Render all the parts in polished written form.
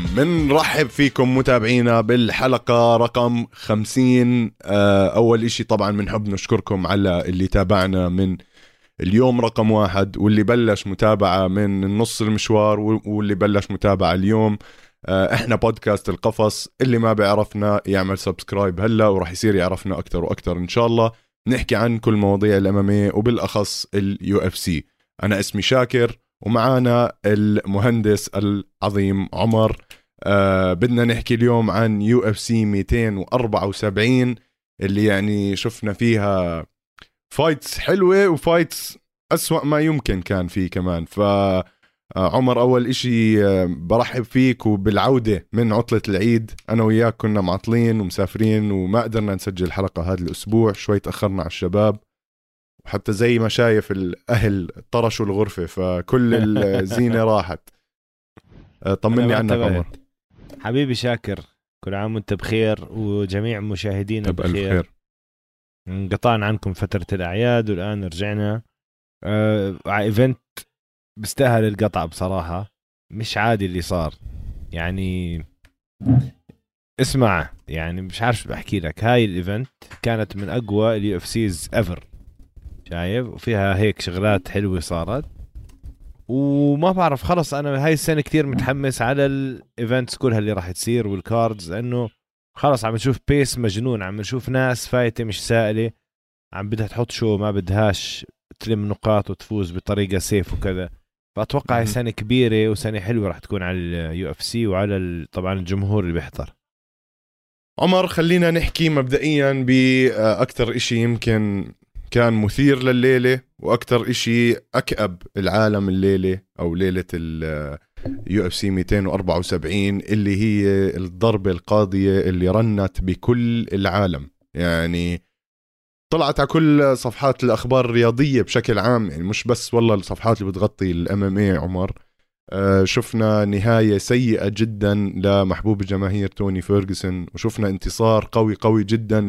منرحب فيكم متابعينا بالحلقة رقم 50. أول إشي طبعا بنحب نشكركم على اللي تابعنا من اليوم رقم 1 واللي بلش متابعة من النص المشوار واللي بلش متابعة اليوم. إحنا بودكاست القفص، اللي ما بيعرفنا يعمل سبسكرايب هلا وراح يصير يعرفنا أكتر وأكتر إن شاء الله. نحكي عن كل مواضيع الأمامية وبالأخص UFC. أنا اسمي شاكر ومعانا المهندس العظيم عمر. بدنا نحكي اليوم عن UFC 274 اللي يعني شفنا فيها فايتس حلوة وفايتس أسوأ ما يمكن كان فيه كمان. عمر، أول إشي برحب فيك وبالعودة من عطلة العيد. أنا وياك كنا معطلين ومسافرين وما قدرنا نسجل الحلقة هذا الأسبوع، شوي تأخرنا على الشباب، وحتى زي ما شايف الأهل طرشوا الغرفة فكل الزينة راحت. طمني عنك عمر. حبيبي شاكر، كل عام وانت بخير وجميع مشاهدينا بخير. انقطعنا عنكم فترة الأعياد والآن رجعنا على إيفنت بيستاهل القطع بصراحة. مش عادي اللي صار، يعني اسمع، يعني مش عارف بحكي لك. هاي الإيفنت كانت من أقوى اليو اف سيز ايفر، شايف، وفيها هيك شغلات حلوة صارت. وما بعرف، خلص انا هاي السنه كتير متحمس على الايفنتس كلها اللي راح تصير والكاردز، لانه خلص عم نشوف بيس مجنون، عم نشوف ناس فايته مش سائله، عم بدها تحط شو ما بدهاش، تلم نقاط وتفوز بطريقه سيف وكذا. فاتوقع هاي سنه كبيره وسنه حلوه راح تكون على اليو اف سي وعلى طبعا الجمهور اللي بيحضر. عمر، خلينا نحكي مبدئيا بأكتر إشي يمكن كان مثير لليلة وأكتر إشي أكأب العالم الليلة أو ليلة ال UFC 274، اللي هي الضربة القاضية اللي رنت بكل العالم. يعني طلعت على كل صفحات الأخبار الرياضية بشكل عام، يعني مش بس والله الصفحات اللي بتغطي الMMA. عمر، شفنا نهاية سيئة جدا لمحبوب الجماهير توني فيرغسون، وشفنا انتصار قوي قوي جدا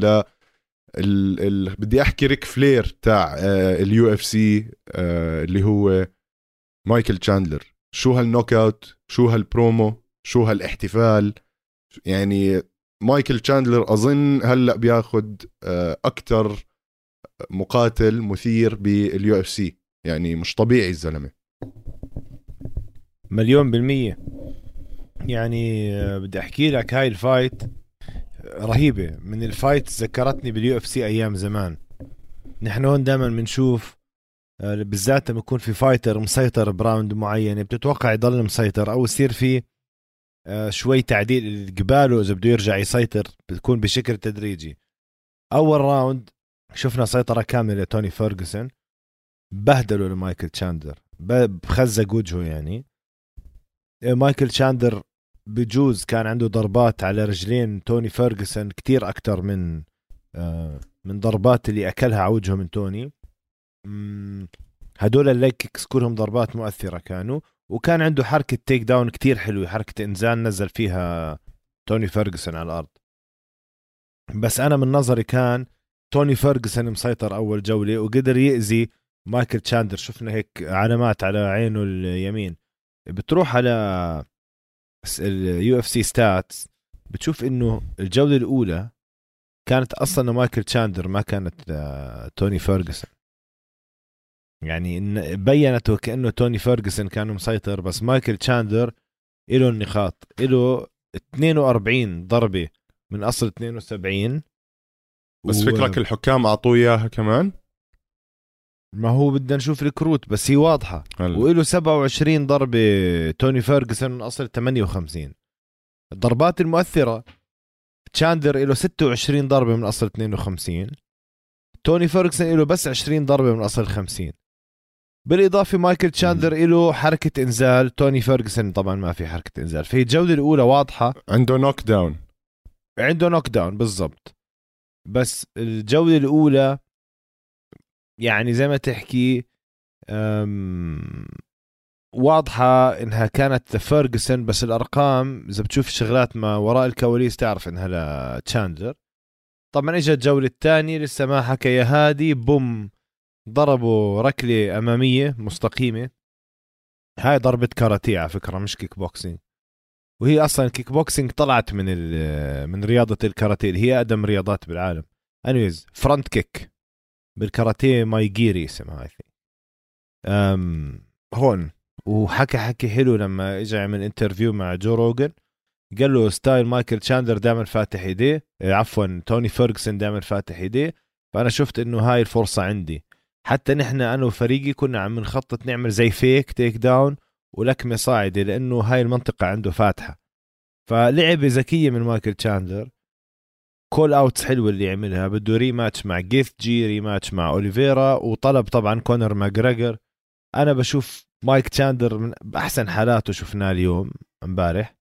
بدي احكي ريك فلير تاع اليو اف سي، اللي هو مايكل تشاندلر. شو هالنوك اوت، شو هالبرومو، شو هالاحتفال. يعني مايكل تشاندلر اظن هلا بياخد اكتر مقاتل مثير باليو اف سي، يعني مش طبيعي الزلمة. 1,000,000%. يعني بدي احكي لك، هاي الفايت رهيبة. من الفايت ذكرتني باليو اف سي ايام زمان. نحن هون دائما بنشوف بالذات لما يكون في فايتر مسيطر براوند معينة، بتتوقع يضل مسيطر او يصير في شوي تعديل قباله اذا بده يرجع يسيطر، بتكون بشكل تدريجي. اول راوند شفنا سيطرة كاملة لتوني فيرغسون، بهدلوا لمايكل تشاندلر، بخزق وجهه. يعني مايكل تشاندلر بجوز كان عنده ضربات على رجلين توني فيرغسون كتير أكتر من ضربات اللي أكلها على وجهه من توني. هدول الليج كيكس كلهم ضربات مؤثرة كانوا، وكان عنده حركة تيك داون كتير حلوة، حركة إنزال نزل فيها توني فيرغسون على الأرض. بس أنا من نظري كان توني فيرغسون مسيطر أول جولة وقدر يأذي مايكل تشاندلر. شفنا هيك علامات على عينه اليمين. بتروح على اليو اف سي ستاتس بتشوف انه الجولة الاولى كانت اصلا مايكل تشاندلر، ما كانت توني فيرغسون. يعني بينته كأنه توني فيرغسون كان مسيطر، بس مايكل تشاندلر له النقاط، له 42 ضربة من اصل 72. بس فكرك الحكام اعطوه اياها كمان؟ ما هو بدنا نشوف الكروت، بس هي واضحة. وإله 27 ضربة توني فيرغسون من أصل 58. الضربات المؤثرة تشاندلر له 26 ضربة من أصل 52، توني فيرغسون له بس 20 ضربة من أصل 50. بالإضافة مايكل تشاندلر له حركة إنزال، توني فيرغسون طبعا ما في حركة إنزال. فهي الجولة الأولى واضحة، عنده نوك داون، بالضبط. بس الجولة الأولى يعني زي ما تحكي واضحة إنها كانت لفيرغسون، بس الأرقام إذا بتشوف الشغلات ما وراء الكواليس تعرف إنها لتشاندلر. طبعا إجا الجولة الثانية لسه ما حكى يا هادي، بوم، ضربوا ركلة أمامية مستقيمة. هاي ضربة كاراتيه على فكرة، مش كيك بوكسينج. وهي اصلا كيك بوكسينج طلعت من رياضه الكاراتيه اللي هي اقدم رياضات بالعالم. انيويز فرونت كيك بالكاراتيه مايجيري اسمها هاي. هون حكي حلو لما اجى يعمل انترفيو مع جو روجن، قال له ستايل مايكل تشاندلر دائما فاتح ايديه، عفوا توني فيرغسون دائما فاتح ايديه، فانا شفت انه هاي الفرصه عندي. حتى نحن انا وفريقي كنا عم نخطط نعمل زي فيك تيك داون ولكمه صاعده، لانه هاي المنطقه عنده فاتحه. فلعبه ذكيه من مايكل تشاندلر، كول اوتس حلوه اللي عملها. بده ريماتش مع جيث جي، ريماتش مع اوليفيرا، وطلب طبعا كونر ماجريجر. انا بشوف مايك تشاندلر من احسن حالاته شفناه اليوم امبارح.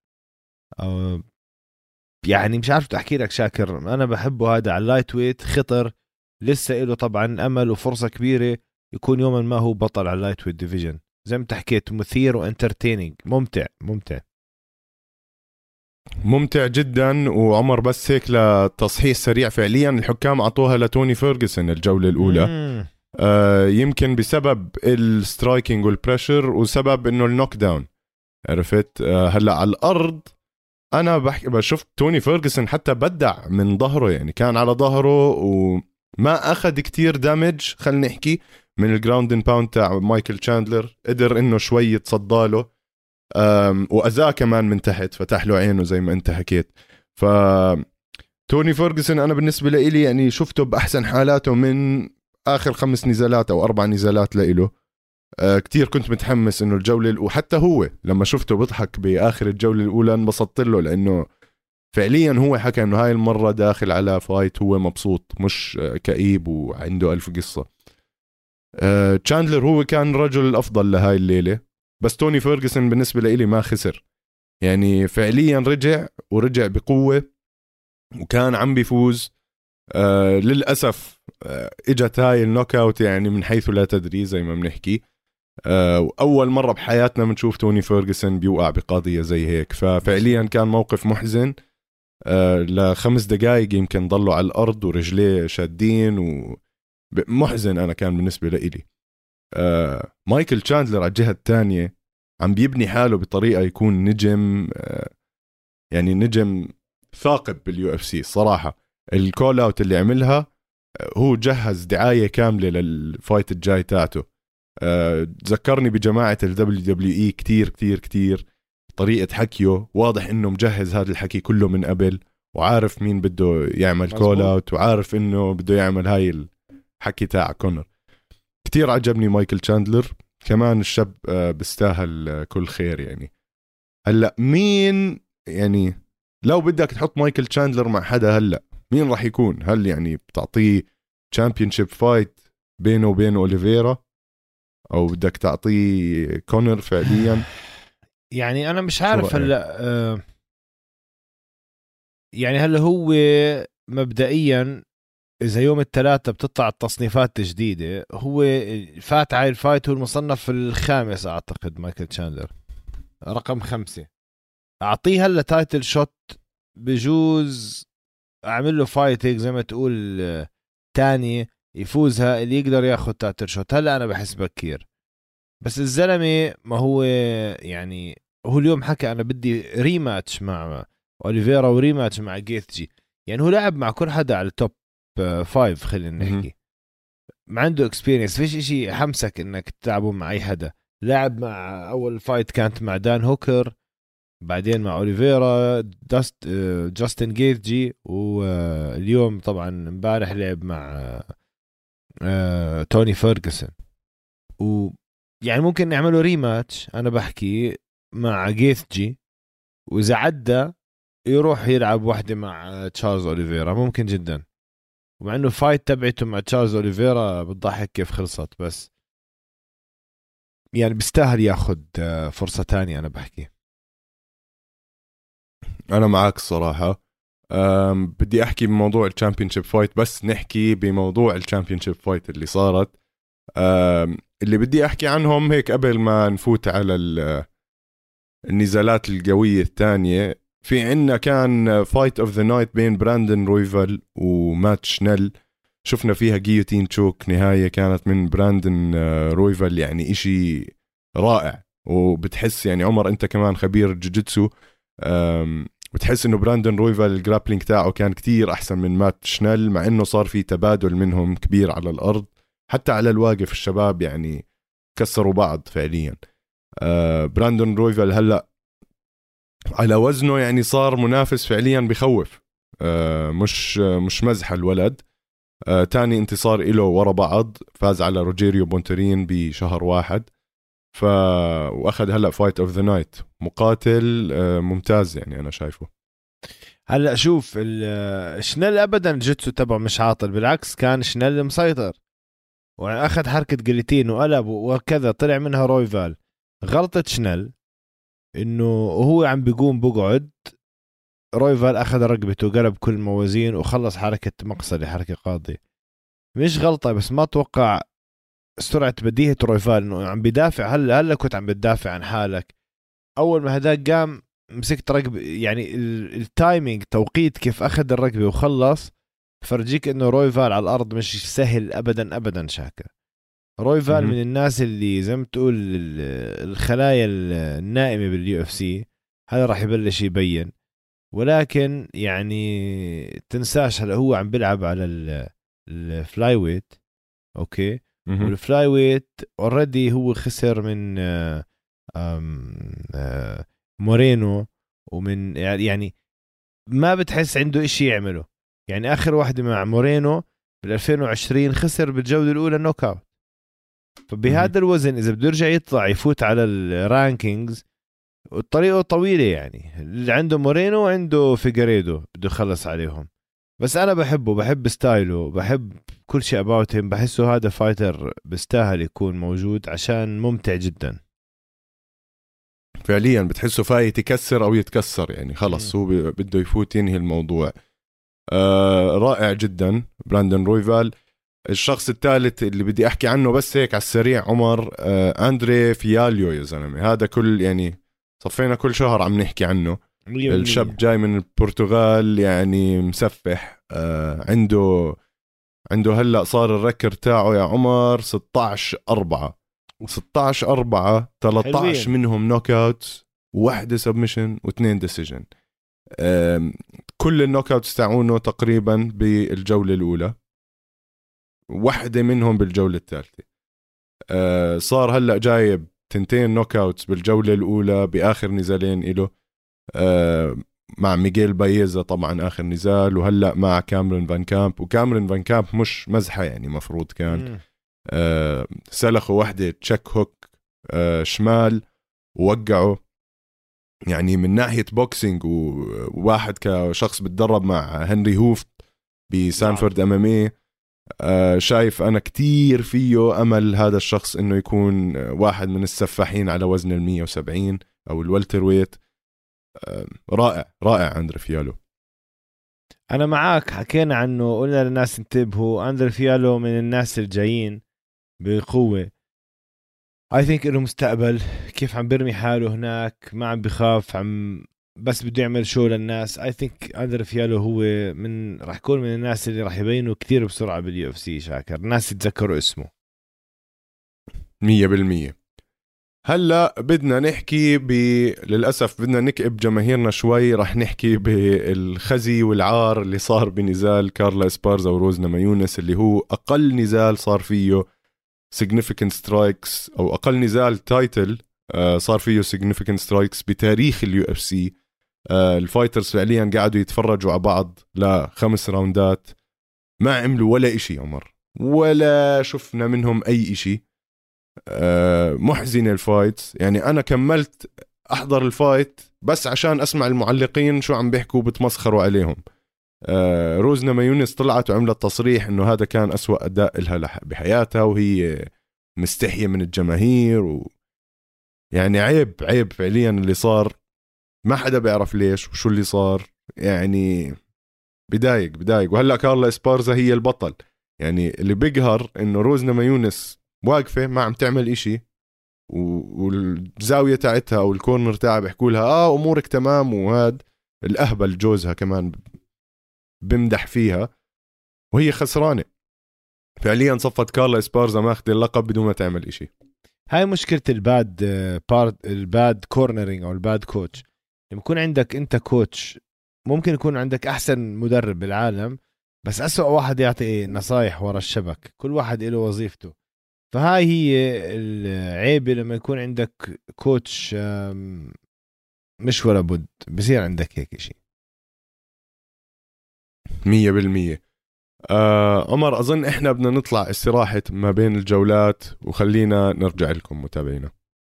يعني مش عارف احكي لك شاكر، انا بحبه هذا على اللايت ويت، خطر لسه له طبعا امل وفرصه كبيره يكون يوما ما هو بطل على اللايت ويت ديفيجن. زي ما حكيت مثير وانترتيننج، ممتع جدا. وعمر بس هيك لتصحيح سريع، فعليا الحكام اعطوها لتوني فيرغسون الجوله الاولى. يمكن بسبب السترايكينج والبريشر وسبب انه النوك داون، عرفت. هلا على الارض انا بشوف توني فيرغسون حتى بدع من ظهره، يعني كان على ظهره وما اخذ كتير دامج خلينا نحكي من الجراوند اند باوند تاع مايكل تشاندلر. قدر انه شوي يتصداله واذاه كمان من تحت، فتح له عينه زي ما انت حكيت. ف توني فيرغسون انا بالنسبه لي يعني شفته باحسن حالاته من اخر 5 نزالات او 4 نزالات له. كتير كنت متحمس انه الجوله، وحتى هو لما شفته بضحك باخر الجوله الاولى انبسطت له، لانه فعليا هو حكى انه هاي المره داخل على فايت هو مبسوط، مش كئيب وعنده 1000 قصه. تشاندلر هو كان رجل الافضل لهاي الليله، بس توني فيرغسون بالنسبه لي ما خسر، يعني فعليا رجع بقوه وكان عم بيفوز. للاسف اجت هاي النوك اوت يعني من حيث لا تدري زي ما بنحكي. وأول مرة بحياتنا بنشوف توني فيرغسون بيوقع بقضية زي هيك، ففعليا كان موقف محزن. ل5 دقائق يمكن ضلوا على الأرض ورجليه شادين ومحزن. أنا كان بالنسبة لإلي مايكل تشاندلر على الجهة الثانية عم بيبني حاله بطريقة يكون نجم، يعني نجم ثاقب باليو اف سي صراحة. الكول اوت اللي عملها هو جهز دعاية كاملة للفايت الجاي تاعته. ذكرني بجماعة WWE كتير كتير كتير. طريقة حكيه واضح انه مجهز هذا الحكي كله من قبل، وعارف مين بده يعمل كول اوت، وعارف انه بده يعمل هاي الحكي تاع كونر. كتير عجبني مايكل تشاندلر كمان، الشاب بيستاهل كل خير يعني. هلا مين يعني لو بدك تحط مايكل تشاندلر مع حدا هلا مين راح يكون؟ هل يعني بتعطيه تشامبيونشيب فايت بينه وبين اوليفيرا، او بدك تعطيه كونر فعليا؟ يعني انا مش عارف هلا. يعني هلا هو مبدئيا اذا يوم الثلاثاء بتطلع التصنيفات جديده، هو فات على الفايت، هو المصنف الخامس اعتقد مايكل تشاندلر، رقم 5. اعطيه هلا تايتل شوت، بجوز اعمل له فايت هيك زي ما تقول تاني يفوزها، اللي يقدر ياخذ تايتل شوت. هلا انا بحس بكير، بس الزلمه ما هو يعني هو اليوم حكى انا بدي ريماتش مع اوليفيرا وريماتش مع جيث جي. يعني هو لعب مع كل حدا على التوب 5 خلينا نحكي، ما عنده اكسبيرينس، فيش اشي حمسك انك تلعبه مع اي حدا. لعب مع اول فايت كانت مع دان هوكر، بعدين مع اوليفيرا، جاستن جيث جي، واليوم طبعا امبارح لعب مع توني فيرغسون. ويعني ممكن نعمله ريماتش انا بحكي مع جيث جي، واذا عدى يروح يلعب واحدة مع تشارلز اوليفيرا ممكن جدا. ومع انه فايت تبعته مع تشارلز اوليفيرا بتضحك كيف خلصت، بس يعني بيستاهل ياخد فرصة تانية. انا بحكي انا معك الصراحة. بدي احكي بموضوع الشامبيونشيب فايت، بس نحكي بموضوع الشامبيونشيب فايت اللي صارت. اللي بدي احكي عنهم هيك قبل ما نفوت على النزالات القوية الثانية. في عنا كان فايت اوف ذا نايت بين براندن رويفل ومات شنيل، شفنا فيها جيوتين تشوك نهاية كانت من براندن رويفل، يعني اشي رائع. وبتحس يعني عمر انت كمان خبير جوجيتسو، بتحس انه براندون رويفال الجرابلينج تاعه كان كتير احسن من مات شنيل، مع انه صار في تبادل منهم كبير على الارض، حتى على الواقف الشباب يعني كسروا بعض فعليا. براندون رويفال هلا على وزنه يعني صار منافس فعليا بخوف، مش مزحة الولد. تاني انتصار إله ورا بعض، فاز على روجيريو بونترين بشهر 1، واخذ هلا فايت اوف ذا نايت. مقاتل ممتاز يعني انا شايفه. هلا شوف شنيل ابدا الجيتسو تبعه مش عاطل، بالعكس كان شنيل مسيطر واخذ حركه جليتين وقلب وكذا، طلع منها رويفال. غلطه شنيل انه وهو عم بيقوم بقعد، رويفال اخذ رقبته وقلب كل الموازين وخلص حركه مقصله، حركه قاضيه. مش غلطه، بس ما توقع سرعه بديهه رويفال انه عم بيدافع. هلا كنت عم بتدافع عن حالك، اول ما هداك قام مسكت رقبه، يعني التايمينج توقيت كيف اخذ الرقبه وخلص، فرجيك انه رويفال على الارض مش سهل ابدا ابدا. شاكر رويفال من الناس اللي زي ما تقول الخلايا النائمه باليو اف سي، هذا راح يبلش يبين. ولكن يعني تنساش هلا هو عم بيلعب على الفلاي ويت، اوكي. والفلاي ويت اوريدي هو خسر من مورينو، ومن يعني ما بتحس عنده إشي يعمله. يعني آخر واحدة مع مورينو بال2020 خسر بالجولة الأولى نوك اوت. فبهذا الوزن إذا بده يرجع يطلع يفوت على الرانكينجز الطريقة طويلة. يعني اللي عنده مورينو وعنده فيغاريدو بده يخلص عليهم. بس أنا بحبه، بحب ستايله، بحب كل شيء about him. بحسه هذا فايتر بيستاهل يكون موجود عشان ممتع جدا فعليا. بتحسه فايت يكسر او يتكسر، يعني خلص هو بده يفوت ينهي الموضوع. رائع جدا براندون رويفال. الشخص الثالث اللي بدي احكي عنه بس هيك على السريع عمر، اندري فياليو. يا زلمه هذا كل يعني صفينا كل شهر عم نحكي عنه. الشاب جاي من البرتغال يعني مسفح. عنده هلا صار الركر تاعه يا عمر 16-4 16-4 13 حلوين. منهم نوك اوت، واحدة سبمشن واثنين ديسيجن. كل النوك اوتس تاعونه تقريبا بالجولة الأولى، واحدة منهم بالجولة الثالثة. صار هلا جايب 2 نوك اوتس بالجولة الأولى بآخر نزالين إله، مع ميغيل بايزا طبعا آخر نزال، وهلا مع كامرون فان كامب. وكامرون فان كامب مش مزحة يعني، مفروض كان سلخه واحدة تشيك هوك شمال ووقعه. يعني من ناحية بوكسينج، وواحد كشخص بتدرب مع هنري هوفت بسانفورد MMA، شايف أنا كتير فيه أمل هذا الشخص إنه يكون واحد من السفاحين على وزن 170 أو الوالتر ويت. رائع أندري فيالو. أنا معاك، حكينا عنه، قلنا للناس انتبهوا. أندري فيالو من الناس الجايين بقوة. I think إنه مستقبل، كيف عم برمي حاله هناك، ما عم بخاف، بس بده يعمل شو للناس. I think أندري فيالو هو راح يكون من الناس اللي راح يبينوا كتير بسرعة باليو اف سي. شاكر الناس يتذكروا اسمه 100%. هلا بدنا نحكي للأسف بدنا نكئب جماهيرنا شوي. رح نحكي بالخزي والعار اللي صار بنزال كارلا إسبارزا وروز نمايونس، اللي هو أقل نزال صار فيه significant strikes، أو أقل نزال تايتل صار فيه significant strikes بتاريخ اليو اف سي. الفايترز فعليا قاعدوا يتفرجوا على بعض ل5 راوندات، ما عملوا ولا إشي عمر، ولا شفنا منهم أي إشي. محزنة الفايت. يعني أنا كملت أحضر الفايت بس عشان أسمع المعلقين شو عم بيحكوا بتمسخروا عليهم. روز نمايونس طلعت وعملت تصريح إنه هذا كان أسوأ أداء لها بحياتها، وهي مستحية من الجماهير. يعني عيب فعليا اللي صار. ما حدا بيعرف ليش وشو اللي صار، يعني بدايق. وهلأ كارلا إسبارزا هي البطل. يعني اللي بيقهر إنه روز نمايونس واقفة ما عم تعمل إشي، والزاوية تاعتها أو الكورنر تاعها بيحكوا لها أمورك تمام، وهاد الأهبل جوزها كمان بمدح فيها وهي خسرانة. فعليا صفت كارلا إسبارزا ماخذ اللقب بدون ما تعمل إشي. هاي مشكلة الباد كورنرينج أو الباد كوتش. لما يكون عندك انت كوتش، ممكن يكون عندك احسن مدرب بالعالم بس أسوأ واحد يعطي نصايح ورا الشبك، كل واحد له وظيفته. فهاي هي العيبة لما يكون عندك كوتش مش ولا بد بصير عندك هيك شيء. 100%. عمر أظن إحنا بدنا نطلع استراحة ما بين الجولات وخلينا نرجع لكم متابعينا.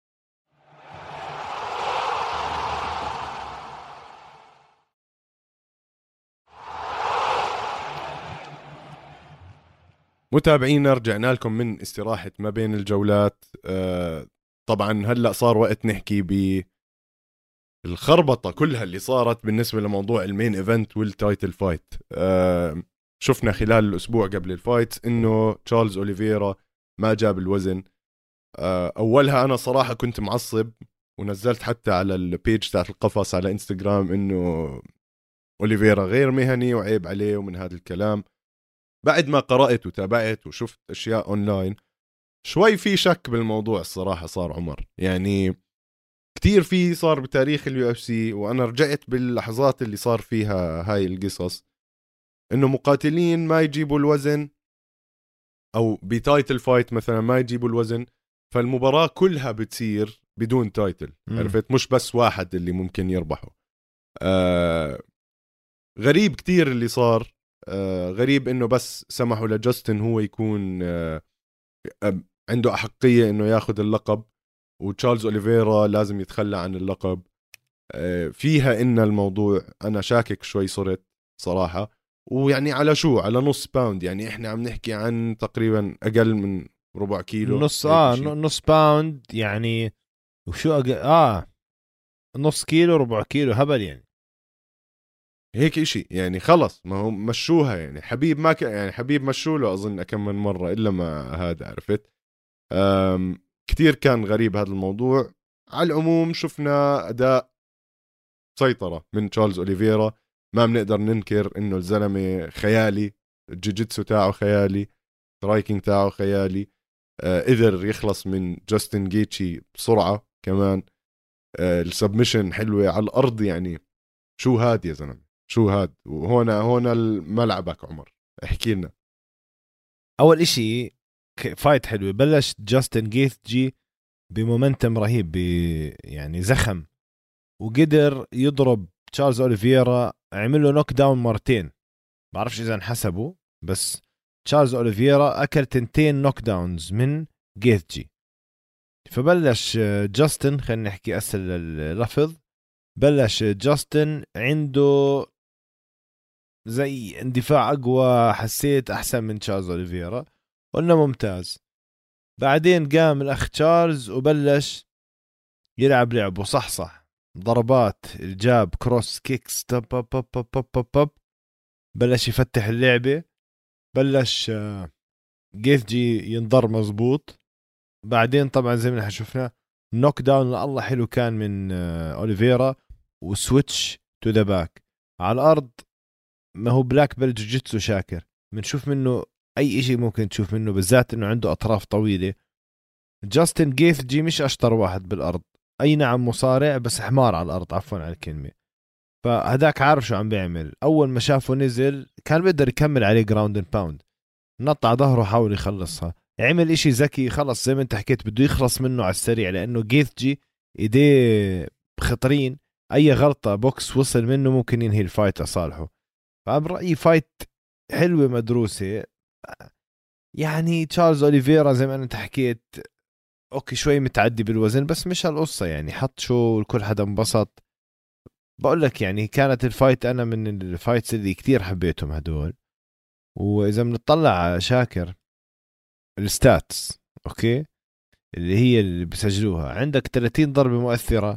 متابعينا رجعنا لكم من استراحة ما بين الجولات. طبعا هلأ صار وقت نحكي بالخربطة كلها اللي صارت بالنسبة لموضوع المين ايفنت والتايتل فايت. شفنا خلال الأسبوع قبل الفايت إنه تشارلز أوليفيرا ما جاب الوزن. أولها أنا صراحة كنت معصب ونزلت حتى على البيج تاعت القفص على انستغرام إنه أوليفيرا غير مهني وعيب عليه ومن هذا الكلام. بعد ما قرأت وتابعت وشفت أشياء أونلاين شوي في شك بالموضوع الصراحة. صار عمر يعني كتير في صار بتاريخ اليو اف سي، وأنا رجعت باللحظات اللي صار فيها هاي القصص إنه مقاتلين ما يجيبوا الوزن أو بتايتل فايت مثلا ما يجيبوا الوزن، فالمباراة كلها بتصير بدون تايتل. عرفت؟ مش بس واحد اللي ممكن يربحه. غريب كتير اللي صار. غريب إنه بس سمحوا لجاستن هو يكون عنده أحقية إنه ياخد اللقب، وتشارلز أوليفيرا لازم يتخلى عن اللقب. فيها إن الموضوع أنا شاكك شوي صرت صراحة. ويعني على شو؟ على نص باوند، يعني إحنا عم نحكي عن تقريبا أقل من ربع كيلو. نص باوند يعني. وشو نص كيلو ربع كيلو هبل يعني. هيك إشي يعني خلص، ما هو مشوها يعني. حبيب ما يعني حبيب مشوله أظن كم من مرة إلا ما هذا. عرفت؟ كتير كان غريب هذا الموضوع. على العموم شفنا أداء سيطرة من تشارلز أوليفيرا، ما بنقدر ننكر إنه الزلمة خيالي. الجيجيتسو تاعه خيالي، سترايكينج تاعه خيالي. قدر يخلص من جاستن جيتشي بسرعة كمان. السبمشن حلوة على الأرض يعني. شو هاد يا زلمة؟ شو هاد؟ وهنا ملعبك عمر، احكي لنا. أول إشي فايت حلوة. بلش جاستن جيثجي بمومنتم رهيب، يعني زخم، وقدر يضرب تشارلز أوليفيرا. عمل له نوك داون مرتين، بعرفش إذا انحسبوا، بس تشارلز أوليفيرا أكل 2 نوك داونز من جيثجي. فبلش جاستن، خلينا نحكي أسهل اللفظ، بلش جاستن عنده زي اندفاع أقوى، حسيت أحسن من تشارلز أوليفيرا، قلنا ممتاز. بعدين قام الأخ تشارلز وبلش يلعب لعبه صح، ضربات الجاب، كروس كيكس، تب بب بب بب بب بب. بلش يفتح اللعبة، بلش جيثجي ينضر مزبوط. بعدين طبعا زي ما شفنا نوك داون الله حلو كان من أوليفيرا، وسويتش تو ذا باك على الأرض. ما هو بلاك بيلت جوجيتسو شاكر، بنشوف منه أي إشي ممكن تشوف منه، بالذات إنه عنده أطراف طويلة. جاستن جيثجي مش أشطر واحد بالأرض، أي نعم مصارع بس حمار على الأرض، عفوا على الكلمة. فهداك عارف شو عم بيعمل. أول ما شافه نزل كان بيقدر يكمل عليه جراوند اند باوند، نطع ظهره حاول يخلصها، عمل إشي ذكي. خلص زي ما انت حكيت بده يخلص منه على السريع، لأنه جيثجي إيديه خطرين، أي غلطة بوكس وصل منه ممكن ينهي الفايت لصالحه. فبرأيي فايت حلوة مدروسة. يعني تشارلز أوليفيرا زي ما انت حكيت اوكي شوي متعدي بالوزن، بس مش هالقصة يعني. حط شو الكل حدا انبسط. بقول لك يعني كانت الفايت، انا من الفايتس اللي كتير حبيتهم هدول. واذا بنطلع على شاكر الستاتس اوكي اللي هي اللي بسجلوها، عندك 30 ضربة مؤثرة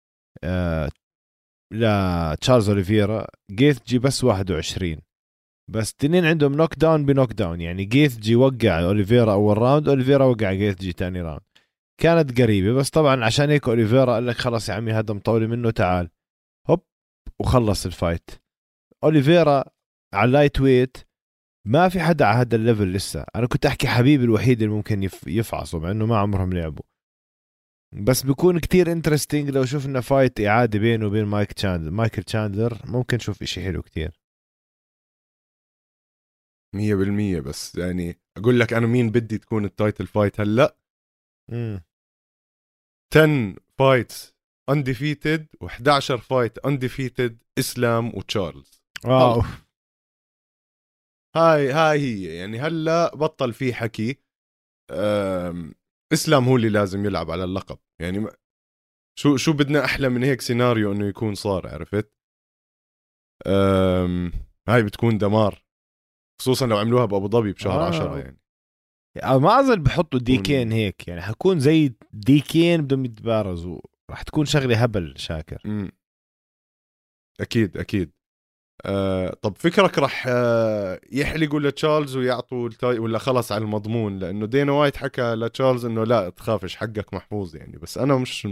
لتشارلز أوليفيرا، جيثجي بس 21. بس تنين عندهم نوك داون بنوك داون، يعني جيثجي وقع أوليفيرا أول راوند، أوليفيرا وقع جيثجي تاني راوند. كانت قريبة، بس طبعا عشان هيك أوليفيرا قال لك خلص يا عمي هذا مطولي منه، تعال هوب وخلص الفايت. أوليفيرا على اللايت ويت ما في حدا على هذا الليفل لسه. أنا كنت أحكي حبيبي الوحيد اللي ممكن يفعصوا، مع إنه ما عمرهم لعبوا. بس بيكون كتير انترستينج لو شفنا فايت إعادة بينه وبين مايكل تشاندلر ممكن نشوف إشي حلو كتير. 100%. بس يعني اقول لك انا مين بدي تكون التايتل فايت هلا. 10 فايتس undefeated و11 فايت undefeated اسلام وتشارلز. هاي هي يعني هلا بطل في حكي. اسلام هو اللي لازم يلعب على اللقب يعني. شو بدنا احلى من هيك سيناريو انه يكون صار، عرفت؟ هاي بتكون دمار، خصوصا لو عملوها بابو ظبي بشهر 10 يعني. ما اظن بحطوا ديكين هيك يعني، حكون زي ديكين بدهم يتبارزوا، راح تكون شغله هبل شاكر. اكيد اكيد. طب فكرك راح يحلقوا لتشارلز ويعطوا ولا خلص على المضمون؟ لانه دينا وايت حكى لتشارلز انه لا تخافش حقك محفوظ يعني. بس انا مش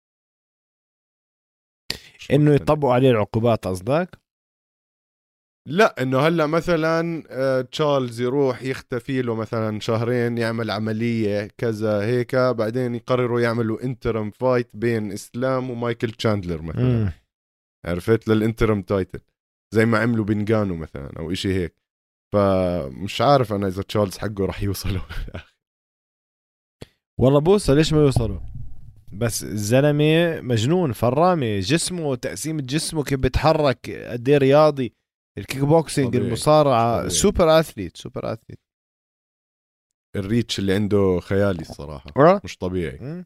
انه يطبقوا عليه العقوبات قصدك؟ لا، انه هلا مثلا تشارلز يروح يختفي له مثلا شهرين، يعمل عمليه كذا هيك، بعدين يقرروا يعملوا انترم فايت بين اسلام ومايكل تشاندلر مثلا. عرفت؟ للانترم تايتل زي ما عملوا بنجانو مثلا او اشي هيك. فمش عارف انا اذا تشارلز حقه راح يوصلوا. والله بوصل ليش ما يوصلوا، بس الزلمه مجنون فرامي، جسمه تقسيمه جسمه كيف بيتحرك قد ايه رياضي، الكيك بوكسينج طبيعي. المصارعه، طبيعي. سوبر اثليت. الريتش اللي عنده خيالي الصراحه، مش طبيعي.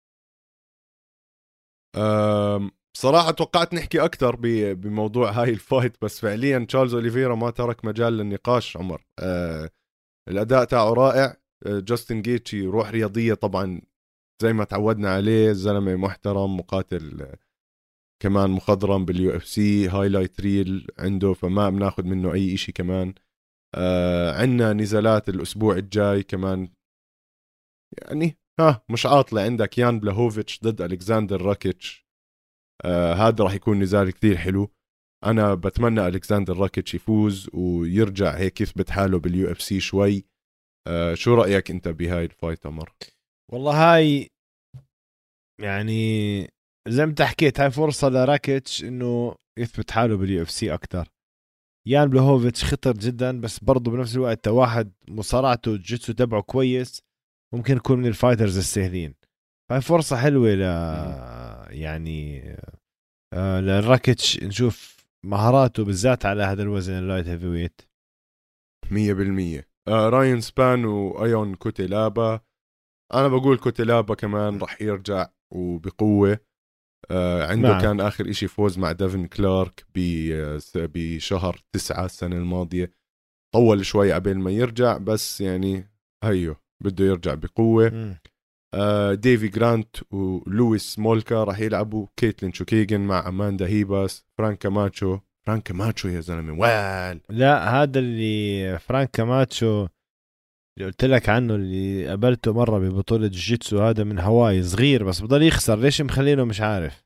بصراحة توقعت نحكي أكثر بموضوع هاي الفايت، بس فعليا تشارلز أوليفيرا ما ترك مجال للنقاش. عمر الأداء تاعه رائع. جاستن جيتشي روح رياضية طبعا زي ما تعودنا عليه، الزلمة محترم مقاتل، كمان مخضرم باليو اف سي، هايلايت ريل عنده، فما بناخد منه أي إشي كمان. عندنا نزالات الأسبوع الجاي كمان يعني، مش عاطلة. عندك يان بلاهوفيتش ضد ألكساندر راكيتش، هذا راح يكون نزال كتير حلو. انا بتمنى الكساندر راكيتش يفوز ويرجع هيك يثبت حاله باليو اف سي شوي. شو رايك انت بهاي الفايت عمر؟ والله هاي يعني زي ما انت حكيت، هاي فرصه لراكيتش انه يثبت حاله باليو اف سي اكثر. يان بلوهوفيتش خطر جدا، بس برضه بنفس الوقت واحد مصارعته الجيتسو تبعه كويس، ممكن يكون من الفايترز السهلين. هاي فرصه حلوه يعني لراكيتش نشوف مهاراته بالذات على هذا الوزن اللايت هيفي ويت. 100%. راين سبان وايون كوتيلابا، انا بقول كوتيلابا كمان راح يرجع وبقوه. عنده معك. كان اخر اشي فوز مع ديفن كلارك بشهر 9 السنه الماضيه. طول شوي قبل ما يرجع، بس يعني هيو بده يرجع بقوه. ديفي جرانت ولويس مولكا راح يلعبوا. كيتلين شوكيجن مع أماندا هيباس. فرانكا ماتشو يا زلمة وال. لا، هذا اللي فرانكا ماتشو اللي قلت لك عنه، اللي قابلته مرة ببطولة جيتسو، هذا من هواي صغير بس بضل يخسر، ليش مخلينه مش عارف.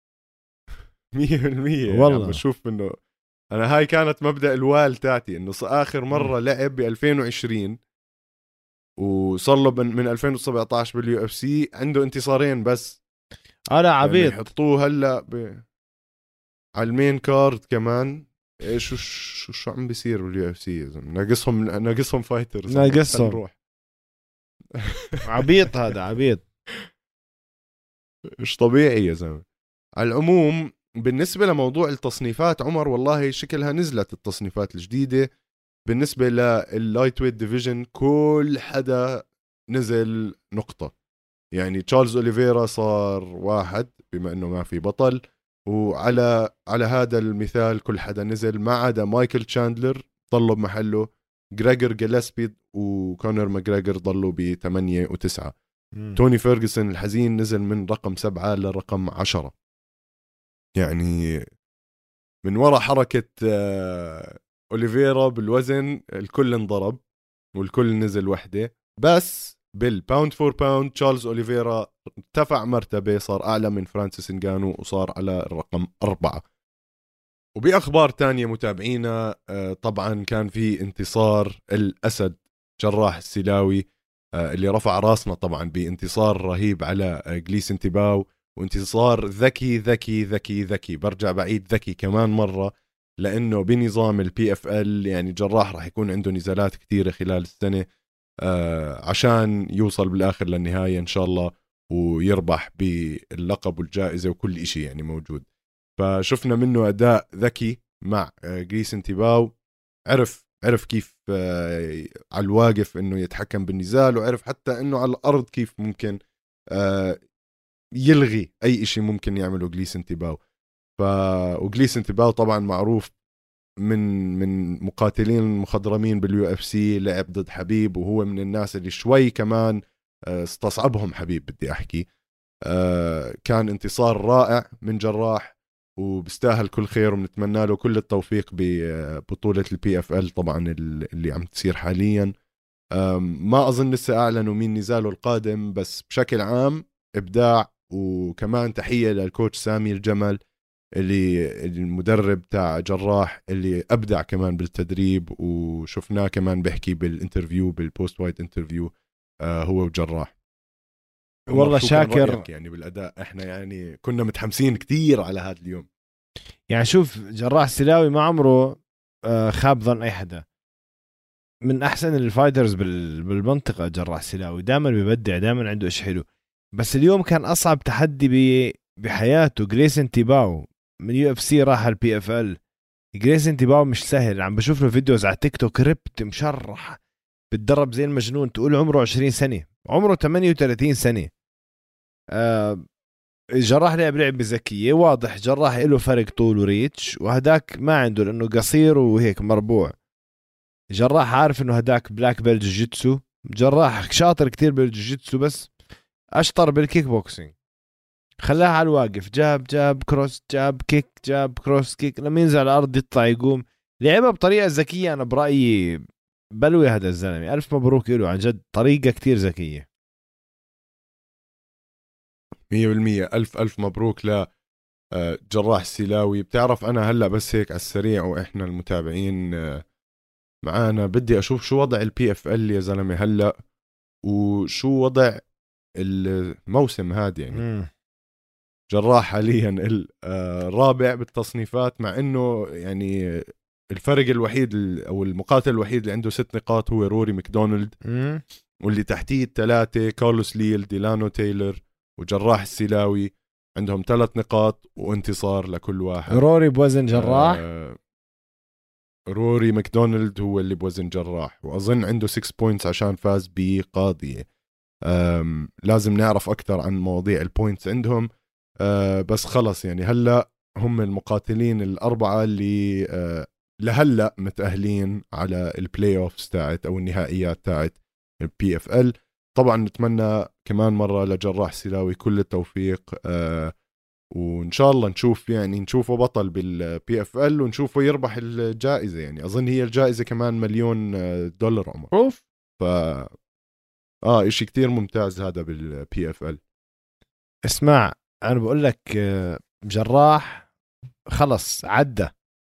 100% والله عم بشوف انه انا هاي كانت مبدأ الوال تاعتي، انه اخر مرة لعب ب 2020 وصار له من 2017 باليو اف سي عنده انتصارين بس. انا لما عبيط. يحطوه هلا على المين كارد كمان، ايش شو عم بيصير باليو اف سي؟ ناقصهم فايترز. ناقصهم. نروح. عبيط هذا عبيط. مش طبيعي يا زلمه. على العموم بالنسبه لموضوع التصنيفات عمر، والله شكلها نزلت التصنيفات الجديده بالنسبه لللايت ويت ديفيجن. كل حدا نزل نقطه يعني. تشارلز اوليفيرا صار واحد بما انه ما في بطل، وعلى هذا المثال كل حدا نزل ما عدا مايكل تشاندلر ضلوا بمحله. جريجر جيلسبي وكونر ماجريجر ضلوا ب8 و9. توني فيرغسون الحزين نزل من رقم 7 لرقم 10. يعني من وراء حركة أوليفيرا بالوزن الكل انضرب والكل نزل وحده. بس بالباوند فور باوند تشارلز أوليفيرا ارتفع مرتبة، صار أعلى من فرانسيس انغانو وصار على الرقم 4. وبأخبار تانية متابعينا، طبعا كان في انتصار الأسد جراح السلاوي اللي رفع راسنا طبعا بانتصار رهيب على جليسن تيباو، وانتصار ذكي ذكي ذكي ذكي، برجع بعيد ذكي كمان مرة، لأنه بنظام البي اف ال يعني جراح راح يكون عنده نزالات كثيرة خلال السنة عشان يوصل بالآخر للنهاية إن شاء الله ويربح باللقب والجائزة وكل إشي يعني موجود. فشفنا منه أداء ذكي مع جليسن تيباو، عرف كيف على الواقف انه يتحكم بالنزال، وعرف حتى انه على الارض كيف ممكن يلغي اي اشي ممكن يعمله جليسن تيباو. وجليسن تيباو طبعا معروف من مقاتلين المخضرمين باليو اف سي، لعب ضد حبيب، وهو من الناس اللي شوي كمان استصعبهم حبيب بدي احكي. كان انتصار رائع من جراح وبستاهل كل خير، وبنتمنى له كل التوفيق ببطولة البي اف ال طبعا اللي عم تصير حاليا. ما اظن لسه اعلنوا مين نزاله القادم، بس بشكل عام ابداع، وكمان تحية للكوتش سامي الجمل اللي المدرب تاع جراح اللي ابدع كمان بالتدريب، وشفناه كمان بيحكي بالانترفيو بالبوست وايت انترفيو هو وجراح. والله شاكر يعني بالاداء احنا يعني كنا متحمسين كتير على هذا اليوم. يعني شوف جراح سلاوي ما عمره خاب ظن اي حدا، من احسن الفايترز بالمنطقه. جراح سلاوي دائما بيبدع، دائما عنده إشي حلو، بس اليوم كان اصعب تحدي بحياته. جريسن تيباو من يو اف سي راح البي اف ال. جريسن تيباو مش سهل، عم بشوف له فيديوز على تيك توك، ربت مشرح بتدرب زي المجنون. تقول عمره 20 سنه، عمره 38 سنه. جراح لعب بذكيه، واضح جراح له فرق طول وريتش، وهداك ما عنده لانه قصير وهيك مربوع. جراح عارف انه هداك بلاك بيل جوجيتسو، جراح شاطر كتير بالجوجيتسو بس اشطر بالكيك بوكسينج. خلاها على الواقف، جاب كروس، جاب كيك، جاب كروس كيك، لما ينزل على الارض يطلع يقوم. لعبها بطريقه ذكيه، انا برايي بلوي هذا الزلمه، الف مبروك له عن جد، طريقه كتير ذكيه. 100% ألف مبروك ل جراح سلاوي. بتعرف أنا هلأ بس هيك على السريع وإحنا المتابعين معانا، بدي أشوف شو وضع البي اف ال يا زلمة هلأ، وشو وضع الموسم هذا. يعني جراح حاليا الرابع بالتصنيفات، مع إنه يعني الفرق الوحيد أو المقاتل الوحيد اللي عنده 6 نقاط هو روري ماكدونالد، واللي تحتيه الثلاثة كارلوس ليل، ديلانو تايلر، وجراح السلاوي، عندهم 3 نقاط وانتصار لكل واحد. روري بوزن جراح، روري ماكدونالد هو اللي بوزن جراح، وأظن عنده 6 بوينتس عشان فاز بقاضية. لازم نعرف أكثر عن مواضيع البوينتس عندهم. بس خلص يعني هلأ هم المقاتلين الأربعة اللي لهلأ متأهلين على البلاي أوفز تاعت أو النهائيات تاعت البي اف ال. طبعا نتمنى كمان مرة لجراح سلاوي كل التوفيق، وإن شاء الله نشوفه بطل بالبي اف ال، ونشوفه يربح الجائزة. يعني أظن هي الجائزة كمان $1,000,000 عمر. اوف، إشي كتير ممتاز هذا بالبي اف ال. اسمع أنا بقول لك جراح خلص عدى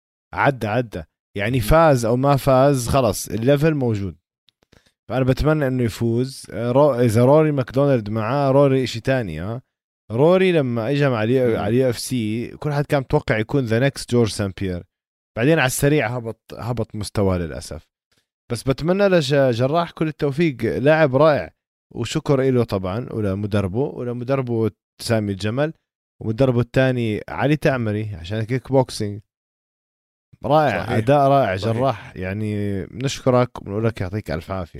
يعني فاز أو ما فاز، خلص الليفل موجود. فأنا بتمنى إنه يفوز. إذا روري ماكدونالد معاه، روري إشي تاني. روري لما اجى مع على اف سي كل حد كان متوقع يكون ذا نكست جورج سان بيير، بعدين على السريع هبط مستواه للاسف. بس بتمنى لجراح كل التوفيق، لاعب رائع، وشكر له طبعا ولمدربه سامي الجمل، ومدربه الثاني علي تعمري عشان كيك بوكسينج. رائع، صحيح. اداء رائع صحيح. جراح يعني نشكرك ونقول لك يعطيك الف عافيه.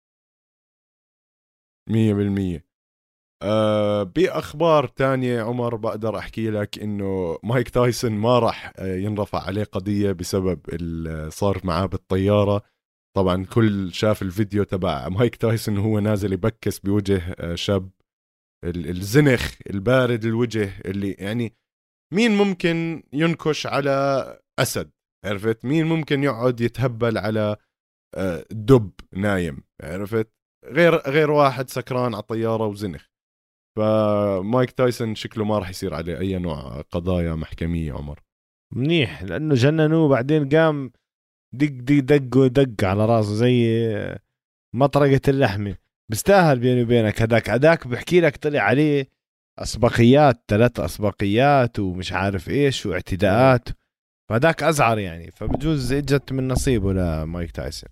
100%. بأخبار تانية عمر بقدر أحكي لك إنه مايك تايسون ما راح ينرفع عليه قضية بسبب اللي صار معاه بالطيارة. طبعا كل شاف الفيديو تبع مايك تايسون وهو نازل يبكس بوجه شاب، الزنخ البارد الوجه، اللي يعني مين ممكن ينكش على أسد؟ عرفت؟ مين ممكن يقعد يتهبل على دب نايم؟ عرفت؟ غير واحد سكران على طيارة وزنخ. فمايك تايسون شكله ما راح يصير عليه أي نوع قضايا محكمية عمر. منيح، لأنه جننوه بعدين قام دق على راسه زي مطرقة اللحمة. بيستاهل بيني وبينك. هداك بحكي لك طلع عليه اسبقيات 3 اسبقيات ومش عارف ايش واعتداءات، فهداك ازعر يعني، فبجوز اجت من نصيبه لمايك تايسون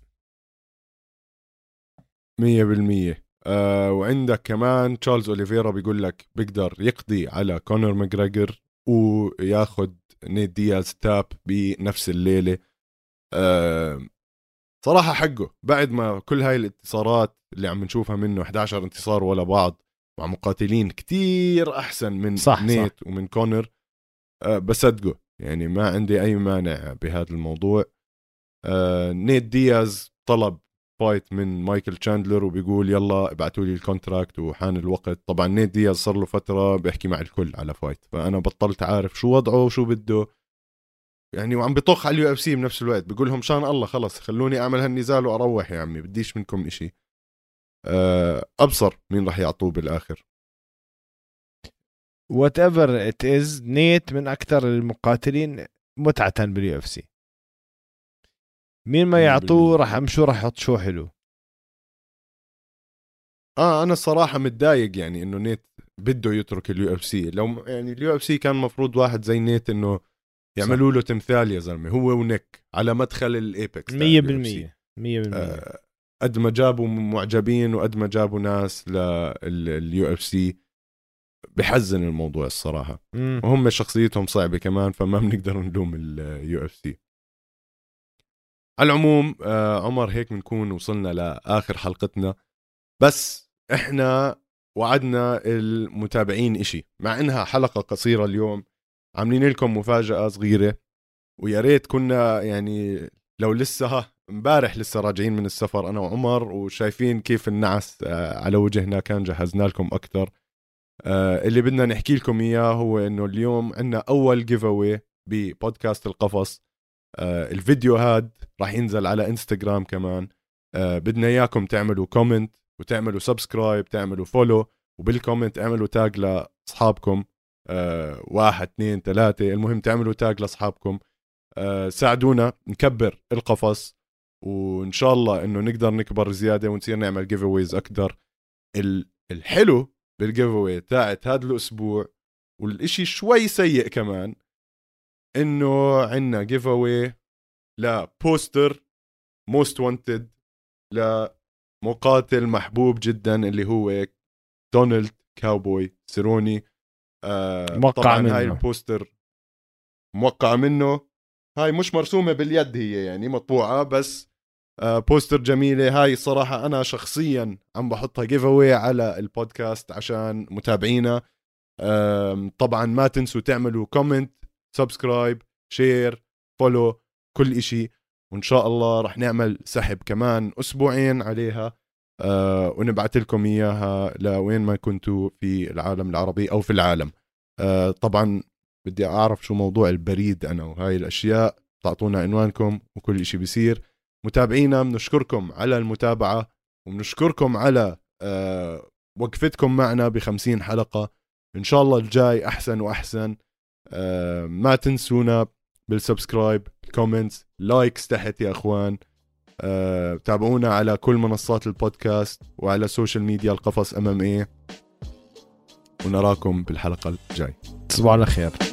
100%. وعندك كمان تشارلز أوليفيرا بيقول لك بيقدر يقضي على كونر ماجريجر وياخد نيت دياز تاب بنفس الليلة. صراحة حقه بعد ما كل هاي الانتصارات اللي عم نشوفها منه 11 انتصار ولا بعض مع مقاتلين كتير أحسن من نيت صح. ومن كونر. بصدقه يعني ما عندي أي مانع بهذا الموضوع. نيت دياز طلب فايت من مايكل تشاندلر وبيقول يلا ابعتوا لي الكونتراكت وحان الوقت. طبعا نيت دياز صار له فترة بيحكي مع الكل على فايت، فأنا بطلت عارف شو وضعه وشو بده يعني، وعم بيطخ على اليو اف سي بنفس الوقت. بيقول لهم شان الله خلص خلوني اعمل هالنزال واروح يا عمي، بديش منكم اشي. ابصر مين راح يعطوه بالاخر. وات ايفر ات از، نيت من اكثر المقاتلين متعة باليو اف سي. مين ما يعطوه راح امشوا راح يحط شو حلو. انا الصراحه متضايق يعني انه نيت بده يترك اليو اف سي. لو يعني اليو اف سي كان مفروض واحد زي نيت انه يعملوا له تمثال يا زلمه، هو ونيك على مدخل الايبكس 100%. 100%. قد ما جابوا معجبين وقد ما جابوا ناس لليو اف سي. بحزن الموضوع الصراحه. وهم شخصيتهم صعبه كمان، فما بنقدر نلوم اليو اف سي. على العموم عمر هيك بنكون وصلنا لاخر حلقتنا. بس احنا وعدنا المتابعين اشي، مع انها حلقة قصيرة اليوم عاملين لكم مفاجأة صغيرة. ويا ريت كنا يعني لو لسه امبارح لسه راجعين من السفر انا وعمر وشايفين كيف النعس على وجهنا، كان جهزنا لكم اكثر. اللي بدنا نحكي لكم اياه هو انه اليوم عندنا اول جيف اواي ببودكاست القفص. الفيديو هاد راح ينزل على انستغرام كمان. بدنا اياكم تعملوا كومنت وتعملوا سبسكرايب، تعملوا فولو، وبالكومنت اعملوا تاج لاصحابكم. 1 2 3 المهم تعملوا تاج لاصحابكم. ساعدونا نكبر القفص، وان شاء الله انه نقدر نكبر زياده ونصير نعمل جيف اويز اكثر. الحلو بالجيف اوي تاعت هذا الاسبوع والاشي شوي سيء كمان انه عندنا جيف اوي لبوستر موست وانتد لمقاتل محبوب جدا اللي هو دونالد كاوبوي سيروني. طبعا منه. هاي البوستر موقع منه، هاي مش مرسومة باليد، هي يعني مطبوعة بس. بوستر جميلة هاي صراحة. أنا شخصيا عم بحطها جيف أواي على البودكاست عشان متابعينا. طبعا ما تنسوا تعملوا كومنت، سبسكرايب، شير، فولو، كل إشي. وإن شاء الله رح نعمل سحب كمان أسبوعين عليها. ونبعث لكم إياها لوين ما كنتوا في العالم العربي أو في العالم. طبعا بدي أعرف شو موضوع البريد أنا وهاي الأشياء. تعطونا عنوانكم وكل إشي بيصير. متابعينا بنشكركم على المتابعة وبنشكركم على وقفتكم معنا ب50 حلقة. إن شاء الله الجاي أحسن وأحسن. ما تنسونا بالسبسكرايب، كومنتس، لايكس تحت يا أخوان. تابعونا على كل منصات البودكاست وعلى السوشيال ميديا القفص MMA. ونراكم بالحلقة الجاي. تصبحوا على خير.